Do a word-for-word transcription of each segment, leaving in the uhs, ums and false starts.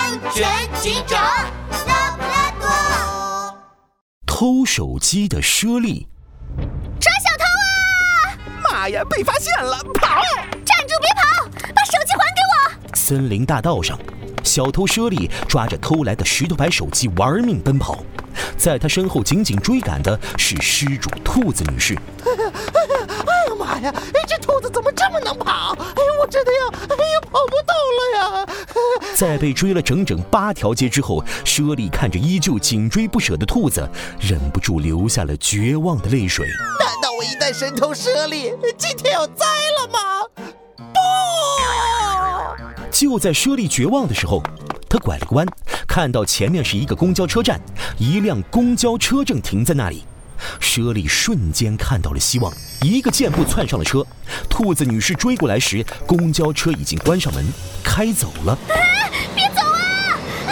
安全警长拉布拉多。 偷手机的猞猁， 抓小偷啊！ 妈呀，被发现了，跑！ 站住，别跑，把手机还给我！ 森林大道上，小偷猞猁抓着偷来的石头牌手机玩命奔跑，在他身后紧紧追赶的是失主兔子女士。 哎呀妈呀，这兔子怎么这么能跑？哎，我真的要，哎呀，跑不动了呀！ 在被追了整整八条街之后，猞猁看着依旧紧追不舍的兔子，忍不住流下了绝望的泪水。 难道我一旦神偷猞猁，今天要栽了吗？不！ 就在猞猁绝望的时候，他拐了个弯，看到前面是一个公交车站，一辆公交车正停在那里。猞猁瞬间看到了希望，一个箭步窜上了车。兔子女士追过来时，公交车已经关上门，开走了。 啊，别走啊！啊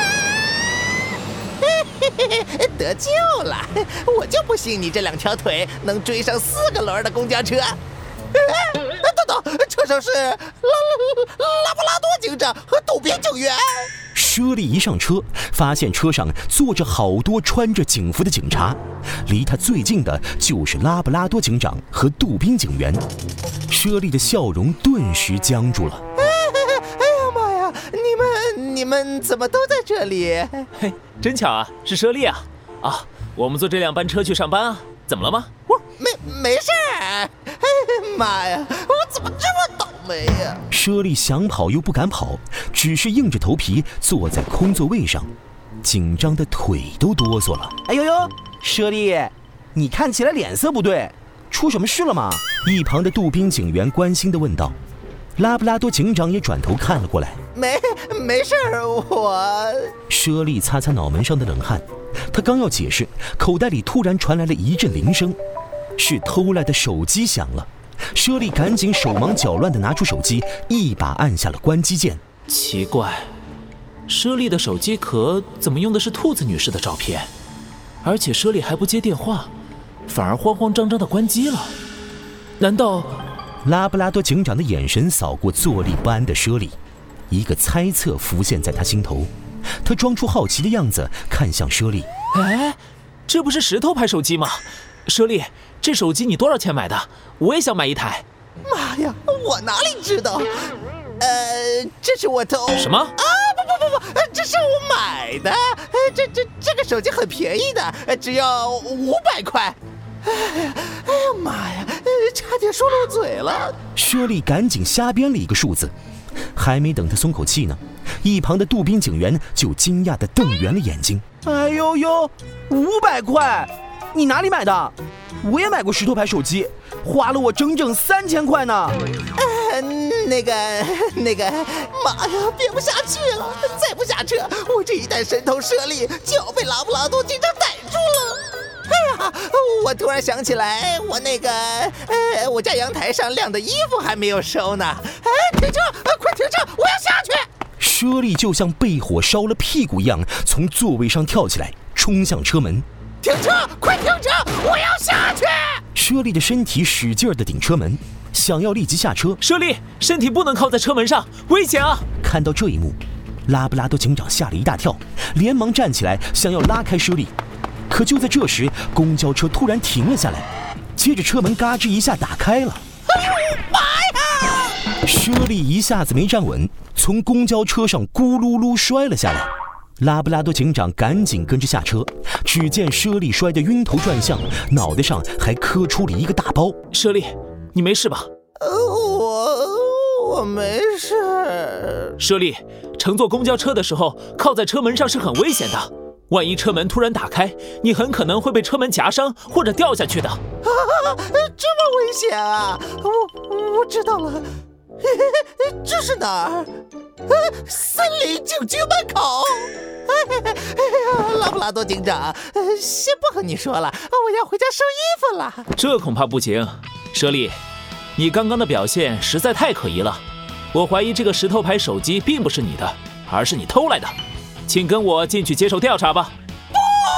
得救了！我就不信你这两条腿能追上四个轮的公交车。等等，车上是拉拉拉布拉多警长和杜宾警员。 猞猁一上车，发现车上坐着好多穿着警服的警察，离他最近的就是拉布拉多警长和杜宾警员。猞猁的笑容顿时僵住了。 哎呀妈呀，你们你们怎么都在这里？ 嘿，真巧啊，是猞猁啊！啊，我们坐这辆班车去上班啊，怎么了吗？ 没没事儿。哎妈呀，我怎么这么倒霉呀？ 猞猁想跑又不敢跑，只是硬着头皮坐在空座位上，紧张的腿都哆嗦了。 哎呦呦，猞猁，你看起来脸色不对，出什么事了吗？ 一旁的杜宾警员关心地问道。拉布拉多警长也转头看了过来。 没没事儿，我…… 猞猁擦擦脑门上的冷汗，他刚要解释，口袋里突然传来了一阵铃声，是偷来的手机响了。猞猁赶紧手忙脚乱地拿出手机，一把按下了关机键。 奇怪，猞猁的手机壳怎么用的是兔子女士的照片？而且猞猁还不接电话，反而慌慌张张地关机了。难道…… 拉布拉多警长的眼神扫过坐立不安的猞猁，一个猜测浮现在他心头。他装出好奇的样子，看向猞猁。 哎，这不是石头牌手机吗？猞猁，这手机你多少钱买的？我也想买一台。 妈呀，我哪里知道？呃，这是我偷…… 什么？ 啊，不不不不，这是我买的。这这这个手机很便宜的，只要五百块。哎呀，哎呀妈呀，差点说漏嘴了。 猞猁赶紧瞎编了一个数字，还没等他松口气呢，一旁的杜宾警员就惊讶地瞪圆了眼睛。 哎呦呦，五百块！你哪里买的？我也买过石头牌手机，花了我整整三千块呢。 呃，那个那个，妈呀，憋不下去了，再不下车，我这一代神偷猞猁就要被拉布拉多警长逮住了。哎呀，我突然想起来，我那个呃，我家阳台上晾的衣服还没有收呢。哎，停车！快停车！我要下去！ 猞猁就像被火烧了屁股一样，从座位上跳起来，冲向车门。 停车！快停车！我要下去！ 猞猁的身体使劲地顶车门，想要立即下车。 猞猁，身体不能靠在车门上，危险啊！ 看到这一幕，拉布拉多警长吓了一大跳，连忙站起来想要拉开猞猁。可就在这时，公交车突然停了下来，接着车门嘎吱一下打开了。 哎呦妈呀！ 猞猁一下子没站稳，从公交车上咕噜噜摔了下来。拉布拉多警长赶紧跟着下车，只见猞猁摔得晕头转向，脑袋上还磕出了一个大包。 猞猁，你没事吧？ 呃，我我没事。 猞猁，乘坐公交车的时候靠在车门上是很危险的，万一车门突然打开，你很可能会被车门夹伤或者掉下去的。啊， 这么危险啊！我我知道了，这是哪儿？森林警局门口。哎呀，拉布拉多警长，先不和你说了，我要回家收衣服了。 这恐怕不行，猞猁，你刚刚的表现实在太可疑了。我怀疑这个石头牌手机并不是你的，而是你偷来的。请跟我进去接受调查吧。 不！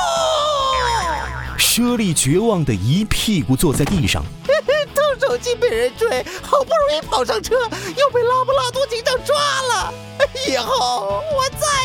猞猁绝望地一屁股坐在地上。 偷手机被人追，好不容易跑上车，又被拉布拉多警长抓了。以后我再